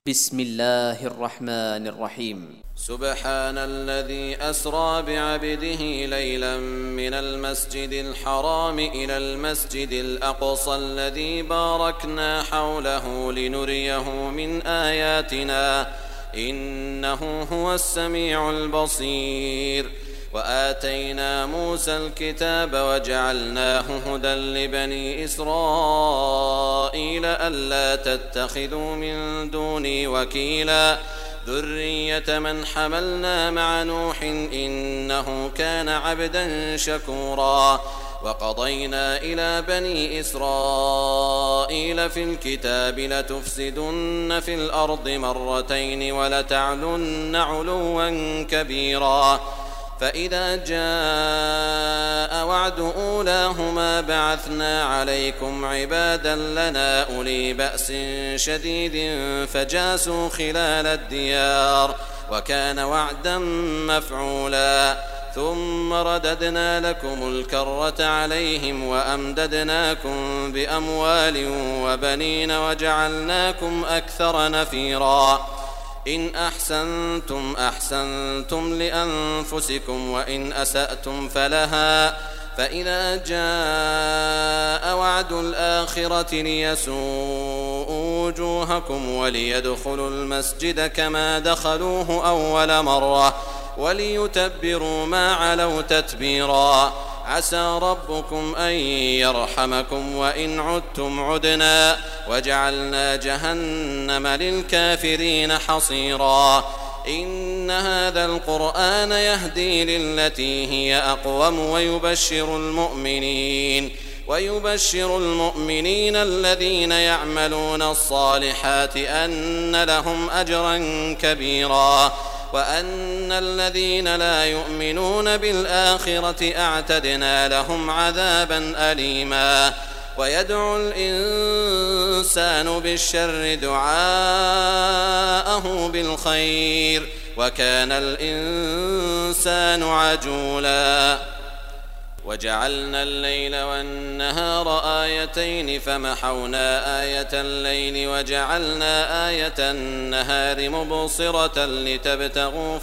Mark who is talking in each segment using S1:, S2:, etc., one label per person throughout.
S1: بسم الله الرحمن الرحيم.
S2: سبحان الذي أسرى بعبده ليلا من المسجد الحرام إلى المسجد الأقصى الذي باركنا حوله لنريه من آياتنا إنه هو السميع البصير. وآتينا موسى الكتاب وجعلناه هدى لبني إسرائيل ألا تتخذوا من دوني وكيلا ذرية من حملنا مع نوح إنه كان عبدا شكورا. وقضينا إلى بني إسرائيل في الكتاب لتفسدن في الأرض مرتين ولتعلن علوا كبيرا. فإذا جاء وعد أولاهما بعثنا عليكم عبادا لنا أولي بأس شديد فجاسوا خلال الديار وكان وعدا مفعولا. ثم رددنا لكم الكرة عليهم وأمددناكم بأموال وبنين وجعلناكم أكثر نفيرا. إن أحسنتم أحسنتم لأنفسكم وإن أسأتم فلها. فإذا جاء وعد الآخرة ليسوءوا وجوهكم وليدخلوا المسجد كما دخلوه أول مرة وليتبروا ما علوا تتبيرا. عسى ربكم أن يرحمكم وإن عدتم عدنا وجعلنا جهنم للكافرين حصيرا. إن هذا القرآن يهدي للتي هي أقوم ويبشر المؤمنين الذين يعملون الصالحات أن لهم أجرا كبيرا. وأن الذين لا يؤمنون بالآخرة أعتدنا لهم عذابا أليما. ويدعو الإنسان بالشر دعاءه بالخير وكان الإنسان عجولا. وجعلنا الليل والنهار آيتين فمحونا آية الليل وجعلنا آية النهار مبصرة لتبتغوا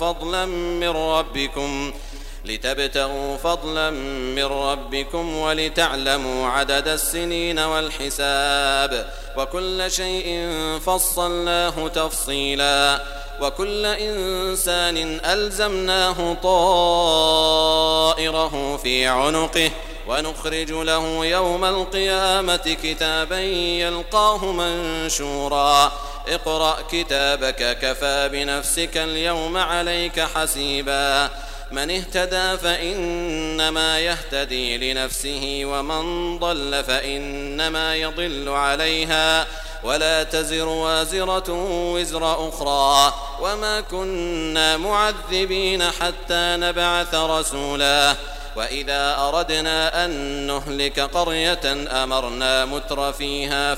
S2: فضلا من ربكم ولتعلموا عدد السنين والحساب وكل شيء فصلناه تفصيلا. وكل إنسان ألزمناه طائره في عنقه ونخرج له يوم القيامة كتابا يلقاه منشورا. اقرأ كتابك كفى بنفسك اليوم عليك حسيبا. من اهتدى فإنما يهتدي لنفسه ومن ضل فإنما يضل عليها ولا تزر وازرة وزر أخرى وما كنا معذبين حتى نبعث رسولا. وإذا أردنا أن نهلك قرية أمرنا متر فيها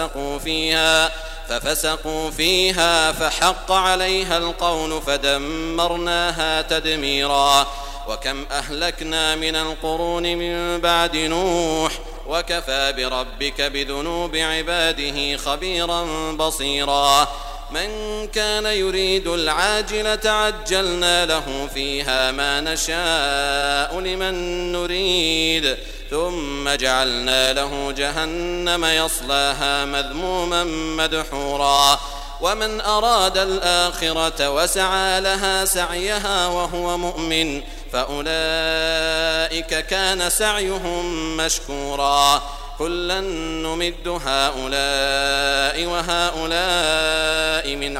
S2: ففسقوا فيها فحق عليها القول فدمرناها تدميرا. وكم أهلكنا من القرون من بعد نوح وكفى بربك بذنوب عباده خبيرا بصيرا. من كان يريد العاجلة عجلنا له فيها ما نشاء لمن نريد ثم جعلنا له جهنم يصلاها مذموما مدحورا. ومن أراد الآخرة وسعى لها سعيها وهو مؤمن فأولئك كان سعيهم مشكورا. كلا نمد هؤلاء وهؤلاء من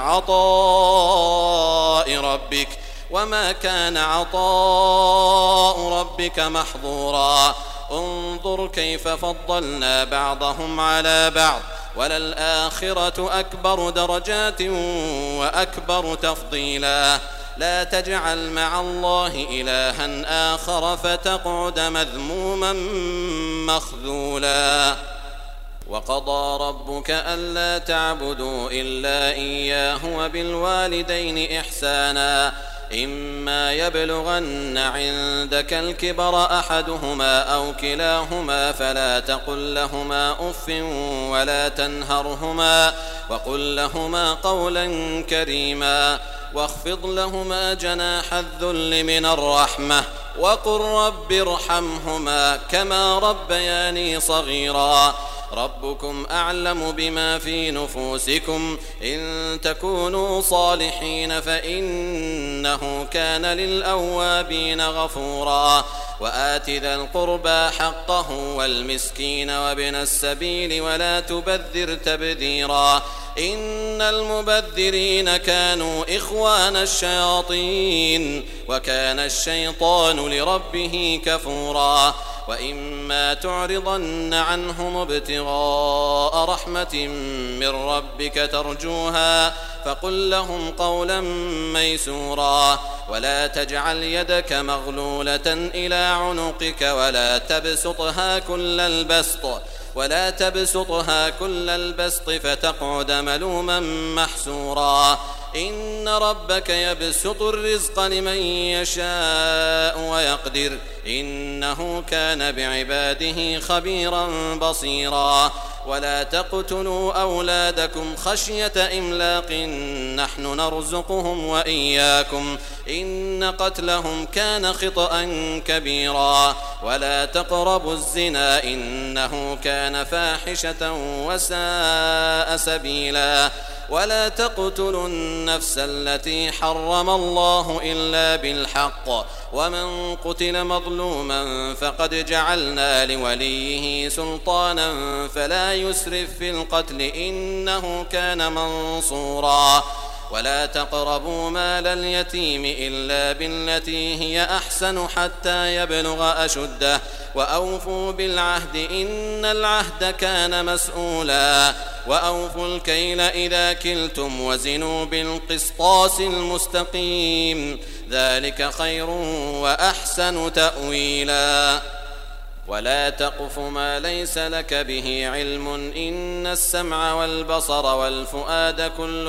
S2: عطاء ربك وما كان عطاء ربك محظورا. انظر كيف فضلنا بعضهم على بعض وللآخرة أكبر درجات وأكبر تفضيلا. لا تجعل مع الله إلها آخر فتقعد مذموما مخذولا. وقضى ربك ألا تعبدوا إلا إياه وبالوالدين إحسانا إما يبلغن عندك الكبر أحدهما أو كلاهما فلا تقل لهما أف ولا تنهرهما وقل لهما قولا كريما واخفض لهما جناح الذل من الرحمة وقل رب ارحمهما كما ربياني صغيرا ربكم أعلم بما في نفوسكم إن تكونوا صالحين فإنه كان للأوابين غفورا وآت ذا القربى حقه والمسكين وابن السبيل ولا تبذر تبذيرا إن المبذرين كانوا إخوان الشياطين وكان الشيطان لربه كفورا وإما تعرضن عنهم ابتغاء رحمة من ربك ترجوها فقل لهم قولا ميسورا ولا تجعل يدك مغلولة إلى عنقك ولا تبسطها كل البسط فتقعد ملوما محسورا إن ربك يبسط الرزق لمن يشاء ويقدر إنه كان بعباده خبيرا بصيرا ولا تقتلوا أولادكم خشية إملاق نحن نرزقهم وإياكم إن قتلهم كان خطأ كبيرا ولا تقربوا الزنا إنه كان فاحشة وساء سبيلا ولا تقتلوا النفس التي حرم الله إلا بالحق ومن قتل مظلوما فقد جعلنا لوليه سلطانا فلا يسرف في القتل إنه كان منصورا ولا تقربوا مال اليتيم إلا بالتي هي أحسن حتى يبلغ أشده وأوفوا بالعهد إن العهد كان مسؤولا وأوفوا الكيل إذا كلتم وزنوا بالقسطاس المستقيم ذلك خير وأحسن تأويلا ولا تقف ما ليس لك به علم إن السمع والبصر والفؤاد كل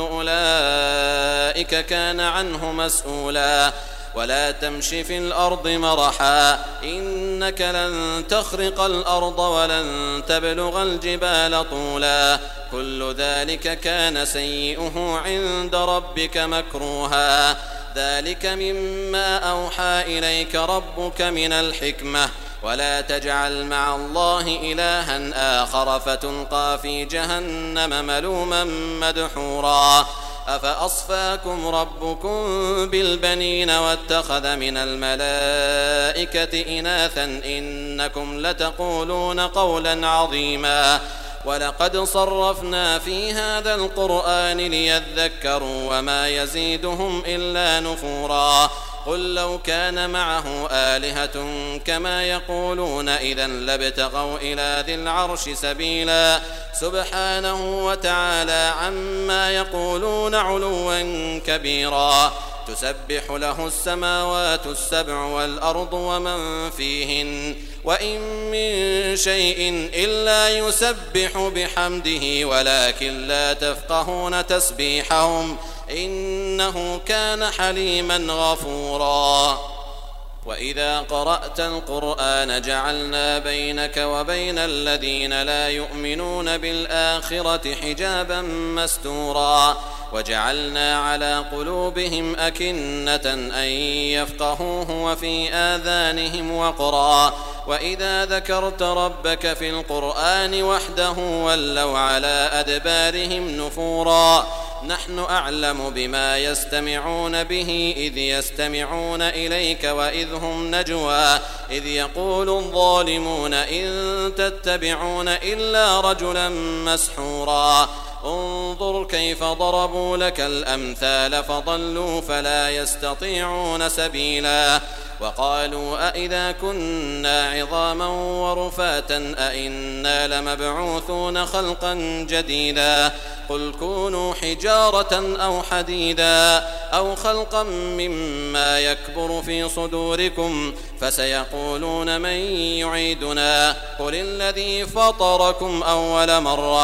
S2: أولئك كان عنه مسؤولا ولا تمش في الأرض مرحا إنك لن تخرق الأرض ولن تبلغ الجبال طولا كل ذلك كان سيئه عند ربك مكروها ذلك مما أوحى إليك ربك من الحكمة ولا تجعل مع الله إلها آخر فتلقى في جهنم ملوما مدحورا أفأصفاكم ربكم بالبنين واتخذ من الملائكة إناثا إنكم لتقولون قولا عظيما ولقد صرفنا في هذا القرآن ليذكروا وما يزيدهم إلا نفورا قل لو كان معه آلهة كما يقولون إذا لابتغوا إلى ذي العرش سبيلا سبحانه وتعالى عما يقولون علوا كبيرا تسبح له السماوات السبع والأرض ومن فيهن وإن من شيء إلا يسبح بحمده ولكن لا تفقهون تسبيحهم إنه كان حليما غفورا وإذا قرأت القرآن جعلنا بينك وبين الذين لا يؤمنون بالآخرة حجابا مستورا وجعلنا على قلوبهم أكنة أن يفقهوه وفي آذانهم وقرا وإذا ذكرت ربك في القرآن وحده ولوا على أدبارهم نفورا نحن أعلم بما يستمعون به إذ يستمعون إليك وإذ هم نجوى إذ يقول الظالمون إن تتبعون إلا رجلا مسحورا انظر كيف ضربوا لك الأمثال فضلوا فلا يستطيعون سبيلا وقالوا أئذا كنا عظاما ورفاتا أئنا لمبعوثون خلقا جديدا قل كونوا حجارة أو حديدا أو خلقا مما يكبر في صدوركم فسيقولون من يعيدنا قل الذي فطركم أول مرة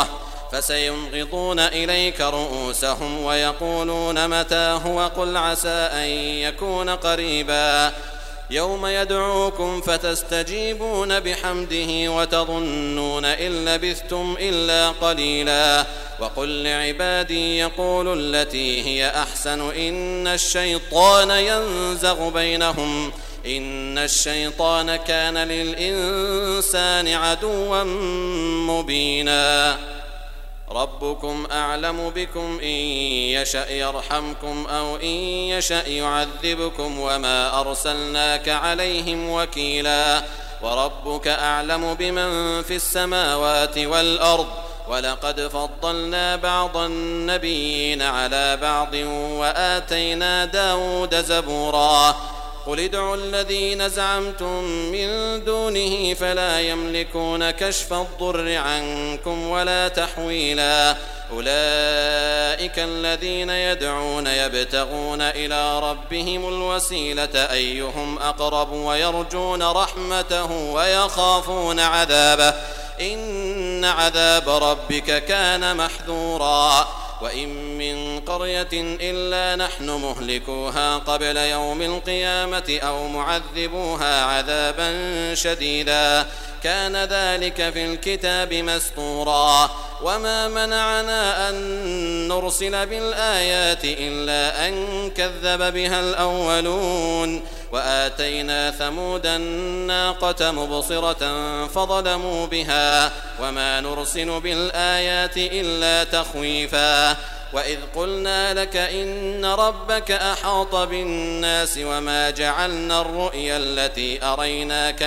S2: فسينغضون إليك رؤوسهم ويقولون متى هو قل عسى أن يكون قريبا يوم يدعوكم فتستجيبون بحمده وتظنون إن لبثتم إلا قليلا وقل لعبادي يقولوا التي هي أحسن إن الشيطان ينزغ بينهم إن الشيطان كان للإنسان عدوا مبينا ربكم أعلم بكم إن يشأ يرحمكم أو إن يشأ يعذبكم وما أرسلناك عليهم وكيلا وربك أعلم بمن في السماوات والأرض ولقد فضلنا بعض النبيين على بعض وآتينا داود زبورا قل ادعوا الذين زعمتم من دونه فلا يملكون كشف الضر عنكم ولا تحويلا أولئك الذين يدعون يبتغون إلى ربهم الوسيلة أيهم أقرب ويرجون رحمته ويخافون عذابه إن عذاب ربك كان محذورا وإن من قرية إلا نحن مهلكوها قبل يوم القيامة أو معذبوها عذابا شديدا كان ذلك في الكتاب مسطورا وما منعنا أن نرسل بالآيات إلا أن كذب بها الأولون وآتينا ثمود الناقة مبصرة فظلموا بها وما نرسل بالآيات إلا تخويفا وإذ قلنا لك إن ربك أحاط بالناس وما جعلنا الرؤيا التي أريناك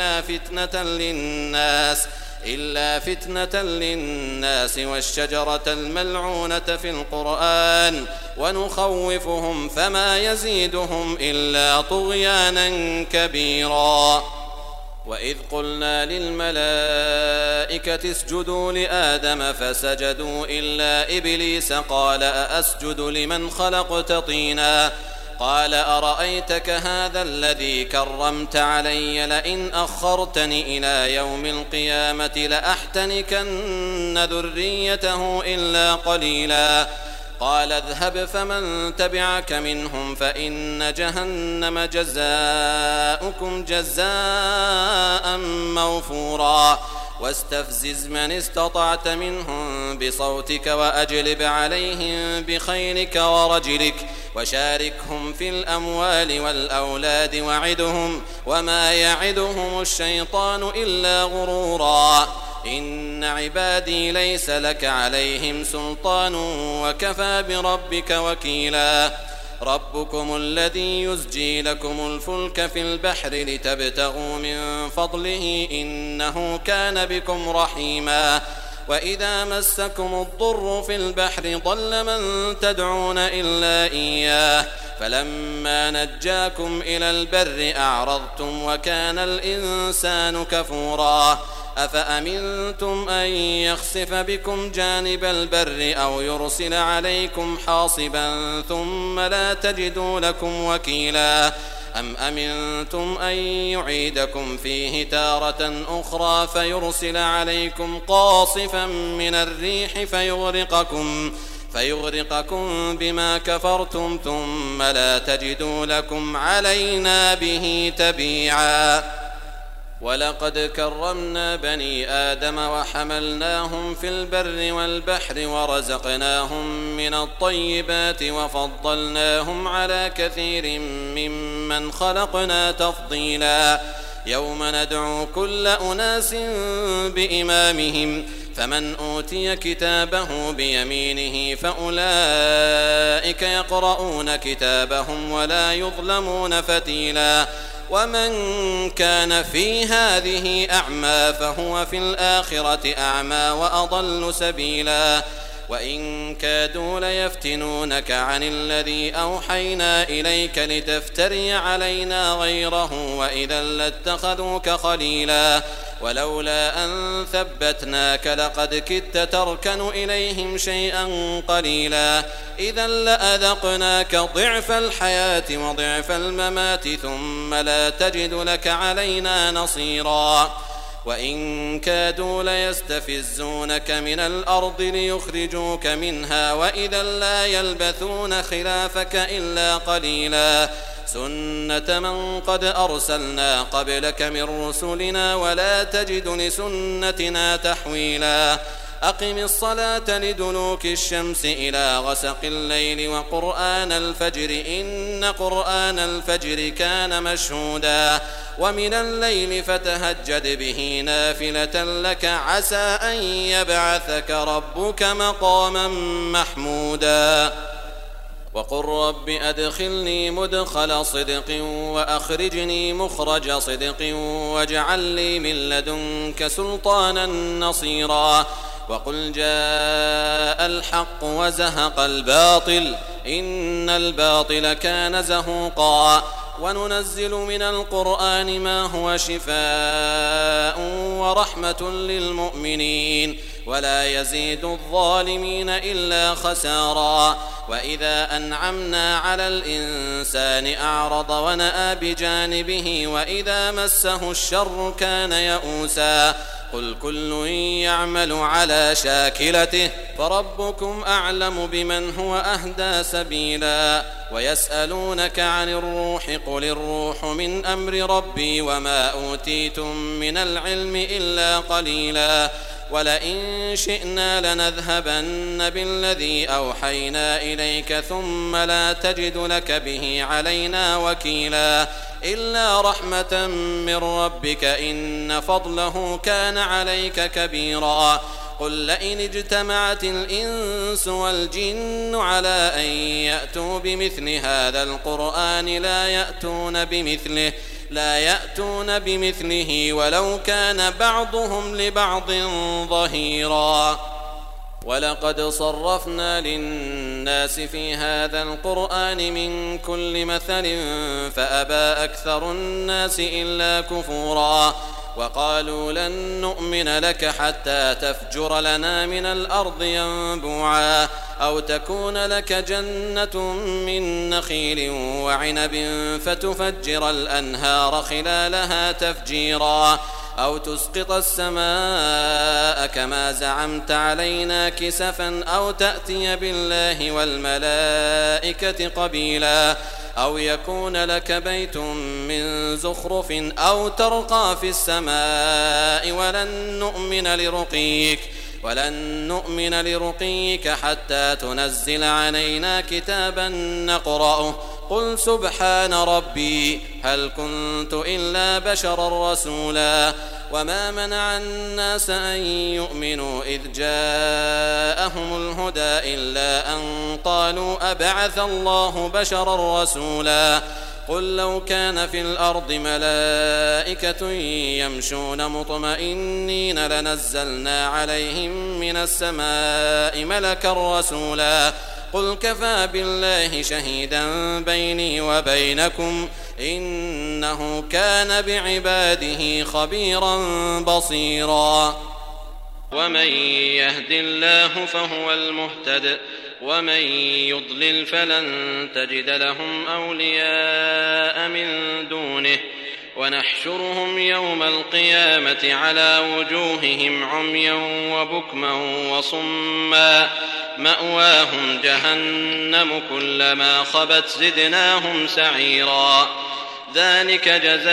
S2: إلا فتنة للناس والشجرة الملعونة في القرآن ونخوفهم فما يزيدهم إلا طغيانا كبيرا وإذ قلنا للملائكة اسجدوا لآدم فسجدوا إلا إبليس قال أأسجد لمن خلقت طينا قال أرأيتك هذا الذي كرمت علي لئن أخرتني إلى يوم القيامة لأحتنكن ذريته إلا قليلا قال اذهب فمن تبعك منهم فإن جهنم جزاؤكم جزاء موفورا واستفزز من استطعت منهم بصوتك وأجلب عليهم بخيلك ورجلك وشاركهم في الأموال والأولاد وعدهم وما يعدهم الشيطان إلا غرورا إن عبادي ليس لك عليهم سلطان وكفى بربك وكيلا ربكم الذي يزجي لكم الفلك في البحر لتبتغوا من فضله إنه كان بكم رحيما وإذا مسكم الضر في البحر ضل من تدعون إلا إياه فلما نجاكم إلى البر أعرضتم وكان الإنسان كفورا أفأمنتم أن يخسف بكم جانب البر أو يرسل عليكم حاصبا ثم لا تجدوا لكم وكيلا أم أمنتم أن يعيدكم فيه تارة أخرى فيرسل عليكم قاصفا من الريح فيغرقكم بما كفرتم ثم لا تجدوا لكم علينا به تبيعا ولقد كرمنا بني آدم وحملناهم في البر والبحر ورزقناهم من الطيبات وفضلناهم على كثير ممن خلقنا تفضيلا يوم ندعو كل أناس بإمامهم فمن أوتي كتابه بيمينه فأولئك يقرؤون كتابهم ولا يظلمون فتيلا ومن كان في هذه أعمى فهو في الآخرة أعمى وأضل سبيلا وإن كادوا ليفتنونك عن الذي أوحينا إليك لتفتري علينا غيره وإذا لاتخذوك خليلا ولولا أن ثبتناك لقد كدت تركن إليهم شيئا قليلا إذا لأذقناك ضعف الحياة وضعف الممات ثم لا تجد لك علينا نصيرا وإن كادوا ليستفزونك من الأرض ليخرجوك منها وإذا لا يلبثون خلافك إلا قليلا سنة من قد أرسلنا قبلك من رسلنا ولا تجد لسنتنا تحويلا أقم الصلاة لدلوك الشمس إلى غسق الليل وقرآن الفجر إن قرآن الفجر كان مشهودا ومن الليل فتهجد به نافلة لك عسى أن يبعثك ربك مقاما محمودا وقل رب أدخلني مدخل صدق وأخرجني مخرج صدق واجعل لي من لدنك سلطانا نصيرا وقل جاء الحق وزهق الباطل إن الباطل كان زهوقا وننزل من القرآن ما هو شفاء ورحمة للمؤمنين ولا يزيد الظالمين إلا خسارا وإذا أنعمنا على الإنسان أعرض ونأى بجانبه وإذا مسه الشر كان يئوسا قل كل يعمل على شاكلته فربكم أعلم بمن هو أهدى سبيلا ويسألونك عن الروح قل الروح من أمر ربي وما أوتيتم من العلم إلا قليلا ولئن شئنا لنذهبن بالذي أوحينا إليك ثم لا تجد لك به علينا وكيلا إلا رحمة من ربك إن فضله كان عليك كبيرا قل لئن اجتمعت الإنس والجن على أن يأتوا بمثل هذا القرآن لا يأتون بمثله ولو كان بعضهم لبعض ظهيرا ولقد صرفنا للناس في هذا القرآن من كل مثل فأبى أكثر الناس إلا كفورا وقالوا لن نؤمن لك حتى تفجر لنا من الأرض ينبوعا أو تكون لك جنة من نخيل وعنب فتفجر الأنهار خلالها تفجيرا أو تسقط السماء كما زعمت علينا كسفا أو تأتي بالله والملائكة قبيلا أو يكون لك بيت من زخرف أو ترقى في السماء ولن نؤمن لرقيك حتى تنزل علينا كتابا نقرأه قل سبحان ربي هل كنت إلا بشرا رسولا وما منع الناس أن يؤمنوا إذ جاءهم الهدى إلا أن قالوا أبعث الله بشرا رسولا قل لو كان في الأرض ملائكة يمشون مطمئنين لنزلنا عليهم من السماء ملكا رسولا قل كفى بالله شهيدا بيني وبينكم إنه كان بعباده خبيرا بصيرا ومن يهد الله فهو المهتد ومن يضلل فلن تجد لهم أولياء من دونه ونحشرهم يوم القيامة على وجوههم عميا وبكما وصما مأواهم جهنم كلما خبت زدناهم سعيرا ذلك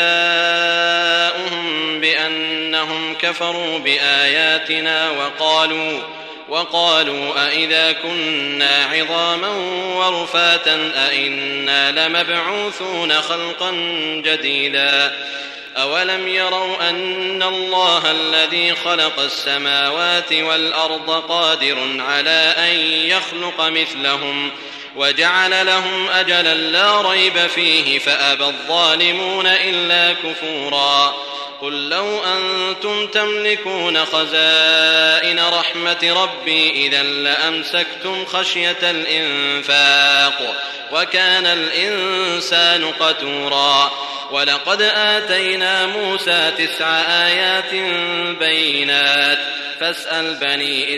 S2: جزاؤهم بأنهم كفروا بآياتنا وقالوا أئذا كنا عظاما ورفاتا أئنا لمبعوثون خلقا جديدا أولم يروا أن الله الذي خلق السماوات والأرض قادر على أن يخلق مثلهم وجعل لهم أجلا لا ريب فيه فأبى الظالمون إلا كفورا قل لو أنتم تملكون خزائن رحمة ربي إذا لأمسكتم خشية الإنفاق وكان الإنسان قتورا ولقد آتينا موسى 9 آيات بينات فاسأل بني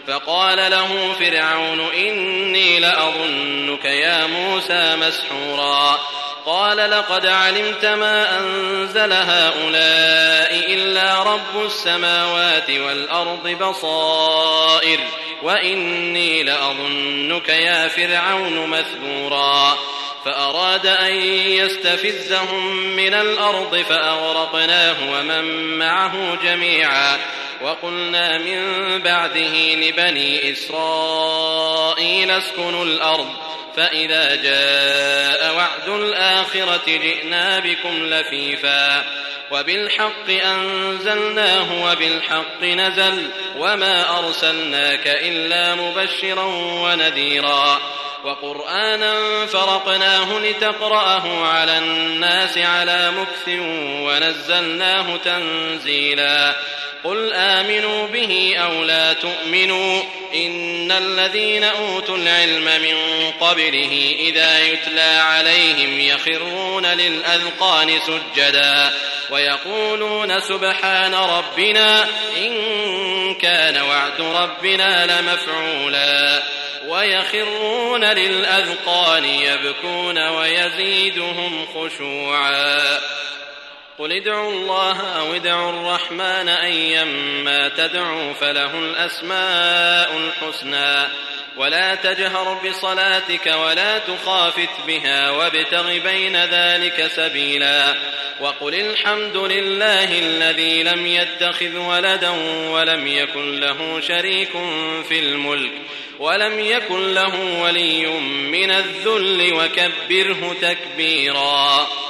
S2: فقال له فرعون إني لأظنك يا موسى مسحورا قال لقد علمت ما أنزل هؤلاء إلا رب السماوات والأرض بصائر وإني لأظنك يا فرعون مثبورا فأراد أن يستفزهم من الأرض فأغرقناه ومن معه جميعا وقلنا من بعده لبني إسرائيل اسكنوا الأرض فإذا جاء وعد الآخرة جئنا بكم لفيفا وبالحق أنزلناه وبالحق نزل وما أرسلناك إلا مبشرا ونذيرا وقرآنا فرقناه لتقرأه على الناس على مكث ونزلناه تنزيلا قل آمنوا به أو لا تؤمنوا إن الذين أوتوا العلم من قبله إذا يتلى عليهم يخرون للأذقان سجدا ويقولون سبحان ربنا إن كان وعد ربنا لمفعولا ويخرون للأذقان يبكون ويزيدهم خشوعا قل ادعوا الله أو ادعوا الرحمن أيما تدعوا فله الأسماء الحسنى ولا تجهر بصلاتك ولا تخافت بها وابتغ بين ذلك سبيلا وقل الحمد لله الذي لم يتخذ ولدا ولم يكن له شريك في الملك ولم يكن له ولي من الذل وكبره تكبيرا.